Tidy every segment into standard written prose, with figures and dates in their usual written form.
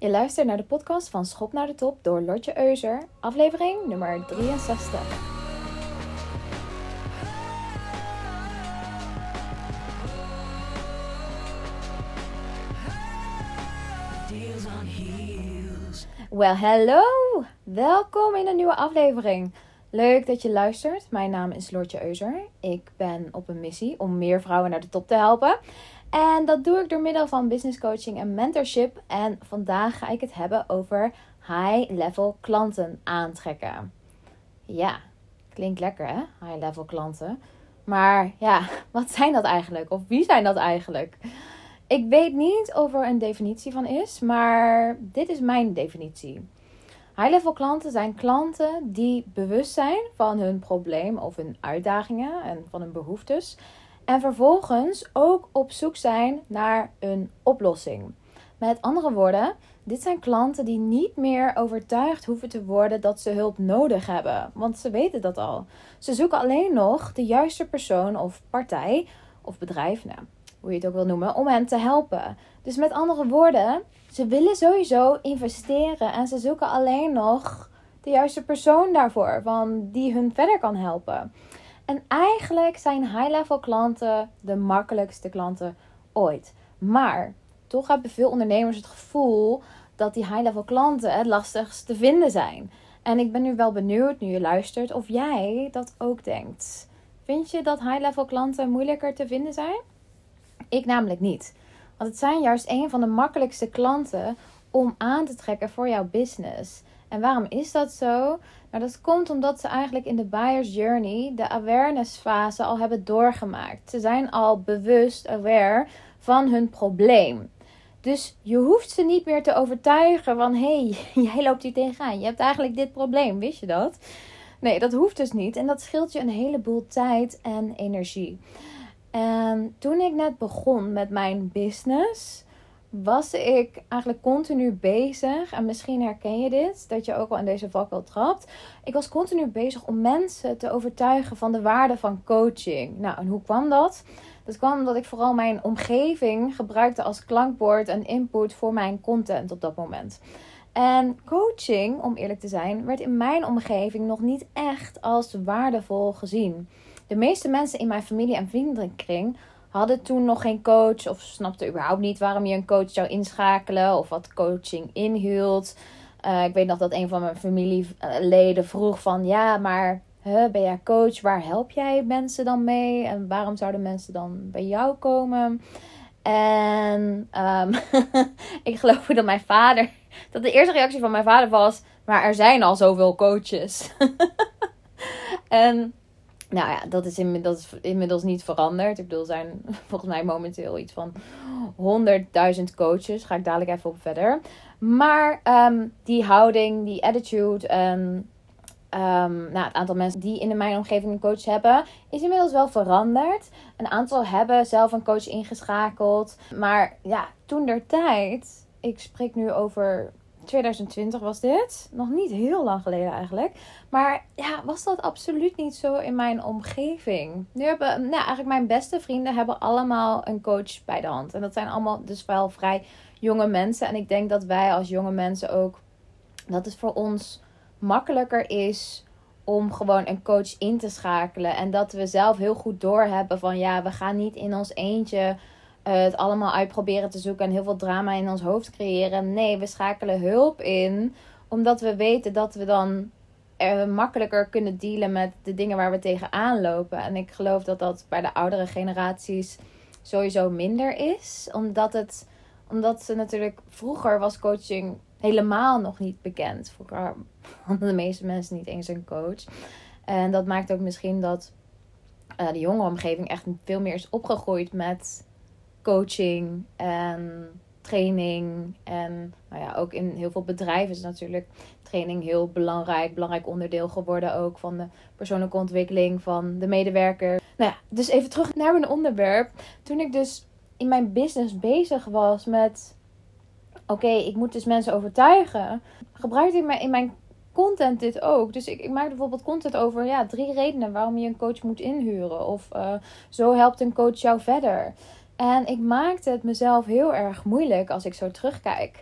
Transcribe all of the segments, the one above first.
Je luistert naar de podcast van Schop naar de Top door Lotje Euser, aflevering nummer 63. Well, hello! Welkom in een nieuwe aflevering. Leuk dat je luistert. Mijn naam is Lotje Euser. Ik ben op een missie om meer vrouwen naar de top te helpen. En dat doe ik door middel van business coaching en mentorship. En vandaag ga ik het hebben over high-level klanten aantrekken. Ja, klinkt lekker hè? High-level klanten. Maar ja, wat zijn dat eigenlijk? Of wie zijn dat eigenlijk? Ik weet niet of er een definitie van is, maar dit is mijn definitie. High-level klanten zijn klanten die bewust zijn van hun probleem of hun uitdagingen en van hun behoeftes. En vervolgens ook op zoek zijn naar een oplossing. Met andere woorden, dit zijn klanten die niet meer overtuigd hoeven te worden dat ze hulp nodig hebben. Want ze weten dat al. Ze zoeken alleen nog de juiste persoon of partij of bedrijf, hoe je het ook wil noemen, om hen te helpen. Dus met andere woorden, ze willen sowieso investeren en ze zoeken alleen nog de juiste persoon daarvoor, die hun verder kan helpen. En eigenlijk zijn high-level klanten de makkelijkste klanten ooit. Maar toch hebben veel ondernemers het gevoel dat die high-level klanten het lastigst te vinden zijn. En ik ben nu wel benieuwd, nu je luistert, of jij dat ook denkt. Vind je dat high-level klanten moeilijker te vinden zijn? Ik namelijk niet. Want het zijn juist een van de makkelijkste klanten om aan te trekken voor jouw business. En waarom is dat zo? Nou, dat komt omdat ze eigenlijk in de buyer's journey de awareness fase al hebben doorgemaakt. Ze zijn al bewust aware van hun probleem. Dus je hoeft ze niet meer te overtuigen van hey, jij loopt hier tegenaan. Je hebt eigenlijk dit probleem, wist je dat? Nee, dat hoeft dus niet. En dat scheelt je een heleboel tijd en energie. En toen ik net begon met mijn business, was ik eigenlijk continu bezig. En misschien herken je dit, dat je ook wel in deze valkuil trapt. Ik was continu bezig om mensen te overtuigen van de waarde van coaching. Nou, en hoe kwam dat? Dat kwam omdat ik vooral mijn omgeving gebruikte als klankbord en input voor mijn content op dat moment. En coaching, om eerlijk te zijn, werd in mijn omgeving nog niet echt als waardevol gezien. De meeste mensen in mijn familie- en vriendenkring hadden toen nog geen coach of snapten überhaupt niet waarom je een coach zou inschakelen of wat coaching inhield. Ik weet nog dat een van mijn familieleden vroeg van ja, maar ben jij coach? Waar help jij mensen dan mee? En waarom zouden mensen dan bij jou komen? En ik geloof dat de eerste reactie van mijn vader was, maar er zijn al zoveel coaches. En nou ja, dat is inmiddels niet veranderd. Ik bedoel, er zijn volgens mij momenteel iets van 100.000 coaches. Ga ik dadelijk even op verder. Maar die houding, die attitude en het aantal mensen die in mijn omgeving een coach hebben, is inmiddels wel veranderd. Een aantal hebben zelf een coach ingeschakeld. Maar ja, toentertijd, ik spreek nu over 2020 was dit. Nog niet heel lang geleden eigenlijk. Maar ja, was dat absoluut niet zo in mijn omgeving. Nu hebben, eigenlijk mijn beste vrienden hebben allemaal een coach bij de hand. En dat zijn allemaal dus wel vrij jonge mensen. En ik denk dat wij als jonge mensen ook, dat het voor ons makkelijker is om gewoon een coach in te schakelen. En dat we zelf heel goed doorhebben van ja, we gaan niet in ons eentje het allemaal uitproberen te zoeken en heel veel drama in ons hoofd creëren. Nee, we schakelen hulp in, omdat we weten dat we dan makkelijker kunnen dealen met de dingen waar we tegenaan lopen. En ik geloof dat dat bij de oudere generaties sowieso minder is. Omdat ze natuurlijk, vroeger was coaching helemaal nog niet bekend. Vroeger hadden de meeste mensen niet eens een coach. En dat maakt ook misschien dat de jonge omgeving echt veel meer is opgegroeid met coaching en training. En ook in heel veel bedrijven is natuurlijk training heel belangrijk onderdeel geworden ook van de persoonlijke ontwikkeling van de medewerker. Dus even terug naar mijn onderwerp. Toen ik dus in mijn business bezig was met ik moet dus mensen overtuigen, gebruikte ik in mijn content dit ook. Dus ik maak bijvoorbeeld content over 3 redenen waarom je een coach moet inhuren. Of zo helpt een coach jou verder. En ik maakte het mezelf heel erg moeilijk als ik zo terugkijk.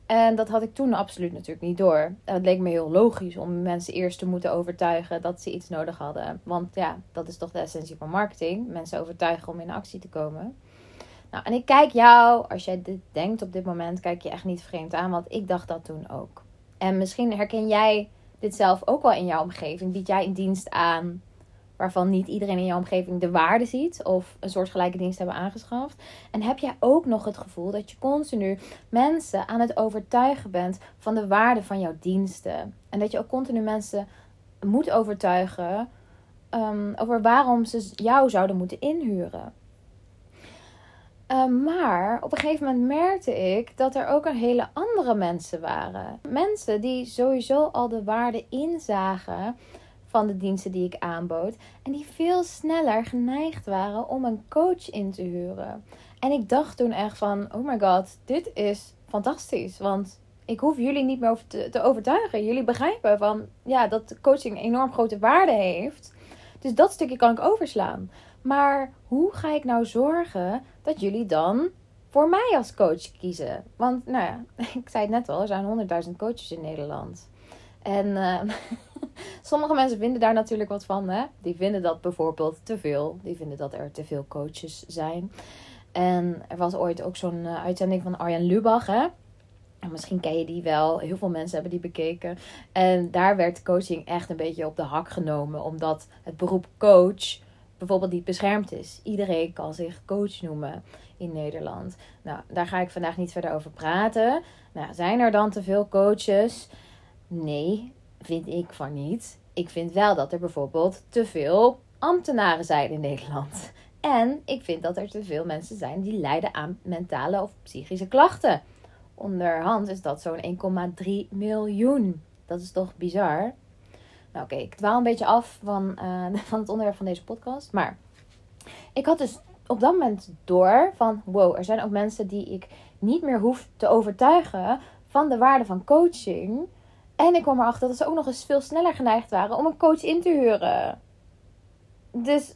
En dat had ik toen absoluut natuurlijk niet door. En het leek me heel logisch om mensen eerst te moeten overtuigen dat ze iets nodig hadden. Want ja, dat is toch de essentie van marketing. Mensen overtuigen om in actie te komen. Nou, en ik kijk jou, als jij dit denkt op dit moment, kijk je echt niet vreemd aan. Want ik dacht dat toen ook. En misschien herken jij dit zelf ook wel in jouw omgeving. Bied jij een dienst aan waarvan niet iedereen in jouw omgeving de waarde ziet of een soortgelijke dienst hebben aangeschaft. En heb jij ook nog het gevoel dat je continu mensen aan het overtuigen bent van de waarde van jouw diensten. En dat je ook continu mensen moet overtuigen over waarom ze jou zouden moeten inhuren. Maar op een gegeven moment merkte ik dat er ook een hele andere mensen waren. Mensen die sowieso al de waarde inzagen van de diensten die ik aanbood. En die veel sneller geneigd waren om een coach in te huren. En ik dacht toen echt van, oh my god, dit is fantastisch. Want ik hoef jullie niet meer over te overtuigen. Jullie begrijpen van, ja, dat coaching enorm grote waarde heeft. Dus dat stukje kan ik overslaan. Maar hoe ga ik nou zorgen dat jullie dan voor mij als coach kiezen? Want, nou ja, ik zei het net al, er zijn 100.000 coaches in Nederland. En sommige mensen vinden daar natuurlijk wat van. Hè? Die vinden dat bijvoorbeeld te veel. Die vinden dat er te veel coaches zijn. En er was ooit ook zo'n uitzending van Arjen Lubach. Hè? En misschien ken je die wel. Heel veel mensen hebben die bekeken. En daar werd coaching echt een beetje op de hak genomen. Omdat het beroep coach bijvoorbeeld niet beschermd is. Iedereen kan zich coach noemen in Nederland. Nou, daar ga ik vandaag niet verder over praten. Nou, zijn er dan te veel coaches? Nee, vind ik van niet. Ik vind wel dat er bijvoorbeeld te veel ambtenaren zijn in Nederland. En ik vind dat er te veel mensen zijn die lijden aan mentale of psychische klachten. Onderhand is dat zo'n 1,3 miljoen. Dat is toch bizar? Nou oké, ik dwaal een beetje af van het onderwerp van deze podcast. Maar ik had dus op dat moment door van, wow, er zijn ook mensen die ik niet meer hoef te overtuigen van de waarde van coaching. En ik kwam erachter dat ze ook nog eens veel sneller geneigd waren om een coach in te huren. Dus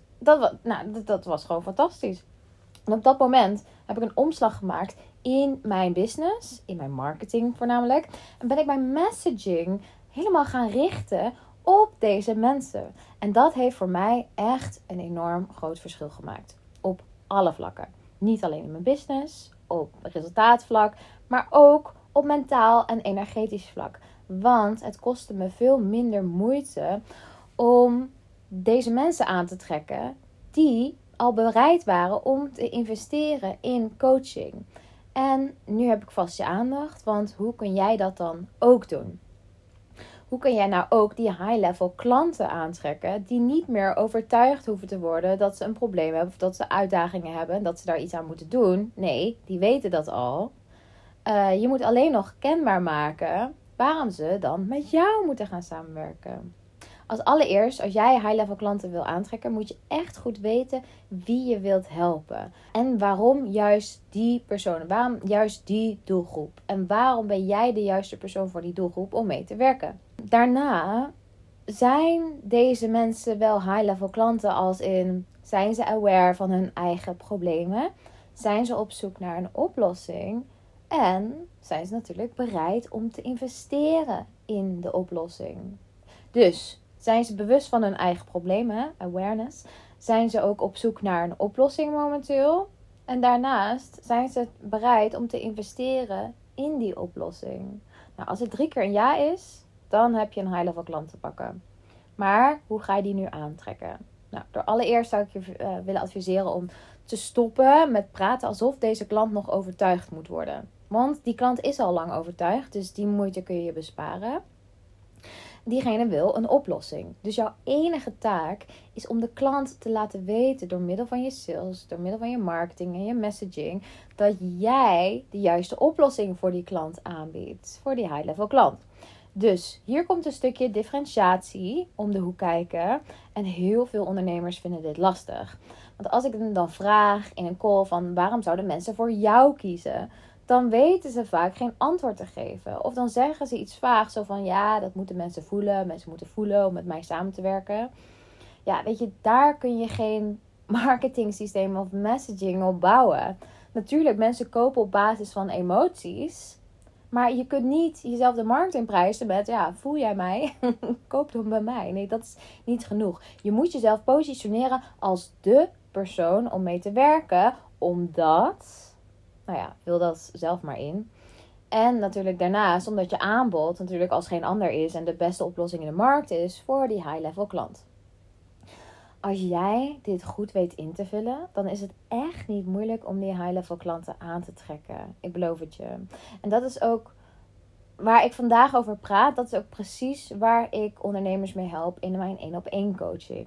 dat was gewoon fantastisch. En op dat moment heb ik een omslag gemaakt in mijn business, in mijn marketing voornamelijk. En ben ik mijn messaging helemaal gaan richten op deze mensen. En dat heeft voor mij echt een enorm groot verschil gemaakt. Op alle vlakken. Niet alleen in mijn business, op resultaatvlak, maar ook op mentaal en energetisch vlak. Want het kostte me veel minder moeite om deze mensen aan te trekken die al bereid waren om te investeren in coaching. En nu heb ik vast je aandacht, want hoe kun jij dat dan ook doen? Hoe kun jij nou ook die high-level klanten aantrekken die niet meer overtuigd hoeven te worden dat ze een probleem hebben of dat ze uitdagingen hebben en dat ze daar iets aan moeten doen? Nee, die weten dat al. Je moet alleen nog kenbaar maken waarom ze dan met jou moeten gaan samenwerken. Als allereerst, als jij high-level klanten wil aantrekken, moet je echt goed weten wie je wilt helpen. En waarom juist die personen, waarom juist die doelgroep. En waarom ben jij de juiste persoon voor die doelgroep om mee te werken. Daarna zijn deze mensen wel high-level klanten als in, zijn ze aware van hun eigen problemen? Zijn ze op zoek naar een oplossing? En zijn ze natuurlijk bereid om te investeren in de oplossing? Dus zijn ze bewust van hun eigen problemen, awareness? Zijn ze ook op zoek naar een oplossing momenteel? En daarnaast zijn ze bereid om te investeren in die oplossing. Nou, als het 3 keer een ja is, dan heb je een high-level klant te pakken. Maar hoe ga je die nu aantrekken? Nou, door allereerst zou ik je willen adviseren om te stoppen met praten alsof deze klant nog overtuigd moet worden. Want die klant is al lang overtuigd, dus die moeite kun je je besparen. Diegene wil een oplossing. Dus jouw enige taak is om de klant te laten weten door middel van je sales, door middel van je marketing en je messaging, dat jij de juiste oplossing voor die klant aanbiedt. Voor die high-level klant. Dus hier komt een stukje differentiatie om de hoek kijken. En heel veel ondernemers vinden dit lastig. Want als ik hem dan vraag in een call van waarom zouden mensen voor jou kiezen, dan weten ze vaak geen antwoord te geven. Of dan zeggen ze iets vaag, zo van ja, dat moeten mensen voelen. Mensen moeten voelen om met mij samen te werken. Ja, weet je, daar kun je geen marketing systeem of messaging op bouwen. Natuurlijk, mensen kopen op basis van emoties. Maar je kunt niet jezelf de markt inprijzen met, voel jij mij? Koop dan bij mij. Nee, dat is niet genoeg. Je moet jezelf positioneren als de persoon om mee te werken. Omdat, vul dat zelf maar in. En natuurlijk daarnaast, omdat je aanbod natuurlijk als geen ander is en de beste oplossing in de markt is voor die high-level klant. Als jij dit goed weet in te vullen, dan is het echt niet moeilijk om die high-level klanten aan te trekken. Ik beloof het je. En dat is ook waar ik vandaag over praat. Dat is ook precies waar ik ondernemers mee help in mijn 1-op-1 coaching.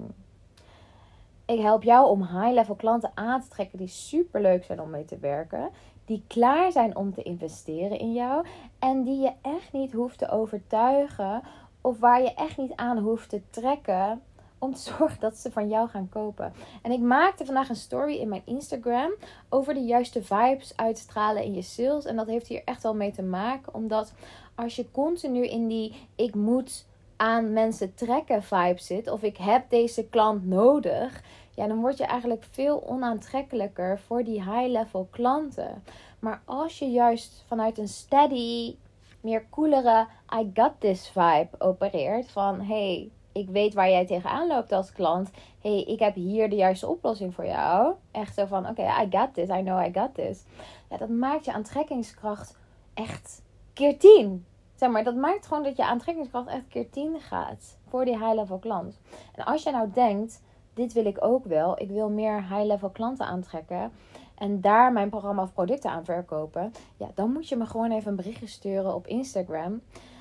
Ik help jou om high-level klanten aan te trekken die superleuk zijn om mee te werken. Die klaar zijn om te investeren in jou. En die je echt niet hoeft te overtuigen. Of waar je echt niet aan hoeft te trekken. Om te zorgen dat ze van jou gaan kopen. En ik maakte vandaag een story in mijn Instagram. Over de juiste vibes uitstralen in je sales. En dat heeft hier echt wel mee te maken. Omdat als je continu in die ik moet aan mensen trekken vibe zit. Of ik heb deze klant nodig. Ja, dan word je eigenlijk veel onaantrekkelijker voor die high-level klanten. Maar als je juist vanuit een steady, meer coolere I got this vibe opereert. Van hey, ik weet waar jij tegenaan loopt als klant. Hey, ik heb hier de juiste oplossing voor jou. Echt zo van oké, I got this, I know I got this. Ja, dat maakt je aantrekkingskracht echt keer 10. Zeg maar, dat maakt gewoon dat je aantrekkingskracht echt keer 10 gaat. Voor die high-level klant. En als jij nou denkt, dit wil ik ook wel. Ik wil meer high-level klanten aantrekken. En daar mijn programma of producten aan verkopen. Ja, dan moet je me gewoon even een berichtje sturen op Instagram.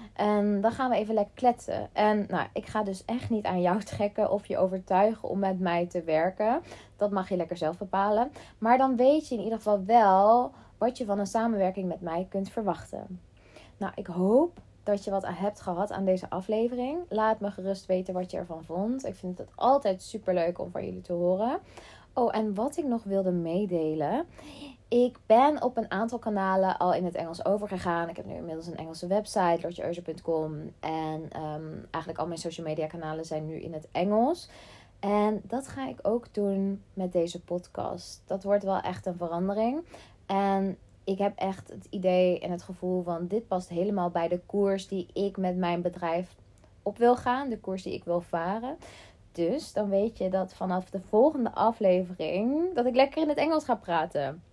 En dan gaan we even lekker kletsen. En ik ga dus echt niet aan jou trekken of je overtuigen om met mij te werken. Dat mag je lekker zelf bepalen. Maar dan weet je in ieder geval wel wat je van een samenwerking met mij kunt verwachten. Ik hoop dat je wat aan hebt gehad aan deze aflevering. Laat me gerust weten wat je ervan vond. Ik vind het altijd super leuk om van jullie te horen. Oh, en wat ik nog wilde meedelen. Ik ben op een aantal kanalen al in het Engels overgegaan. Ik heb nu inmiddels een Engelse website, lortjeeuzer.com. En eigenlijk al mijn social media kanalen zijn nu in het Engels. En dat ga ik ook doen met deze podcast. Dat wordt wel echt een verandering. En ik heb echt het idee en het gevoel van dit past helemaal bij de koers die ik met mijn bedrijf op wil gaan. De koers die ik wil varen. Dus dan weet je dat vanaf de volgende aflevering dat ik lekker in het Engels ga praten.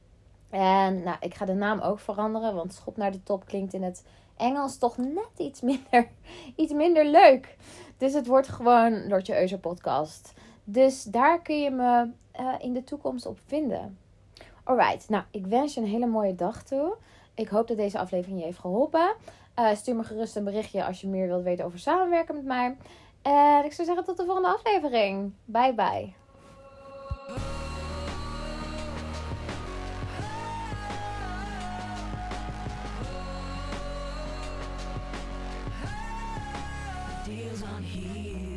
En ik ga de naam ook veranderen. Want Schop naar de Top klinkt in het Engels toch net iets minder leuk. Dus het wordt gewoon Lortje Euser podcast. Dus daar kun je me in de toekomst op vinden. Alright, ik wens je een hele mooie dag toe. Ik hoop dat deze aflevering je heeft geholpen. Stuur me gerust een berichtje als je meer wilt weten over samenwerken met mij. En ik zou zeggen tot de volgende aflevering. Bye bye. Deals on here.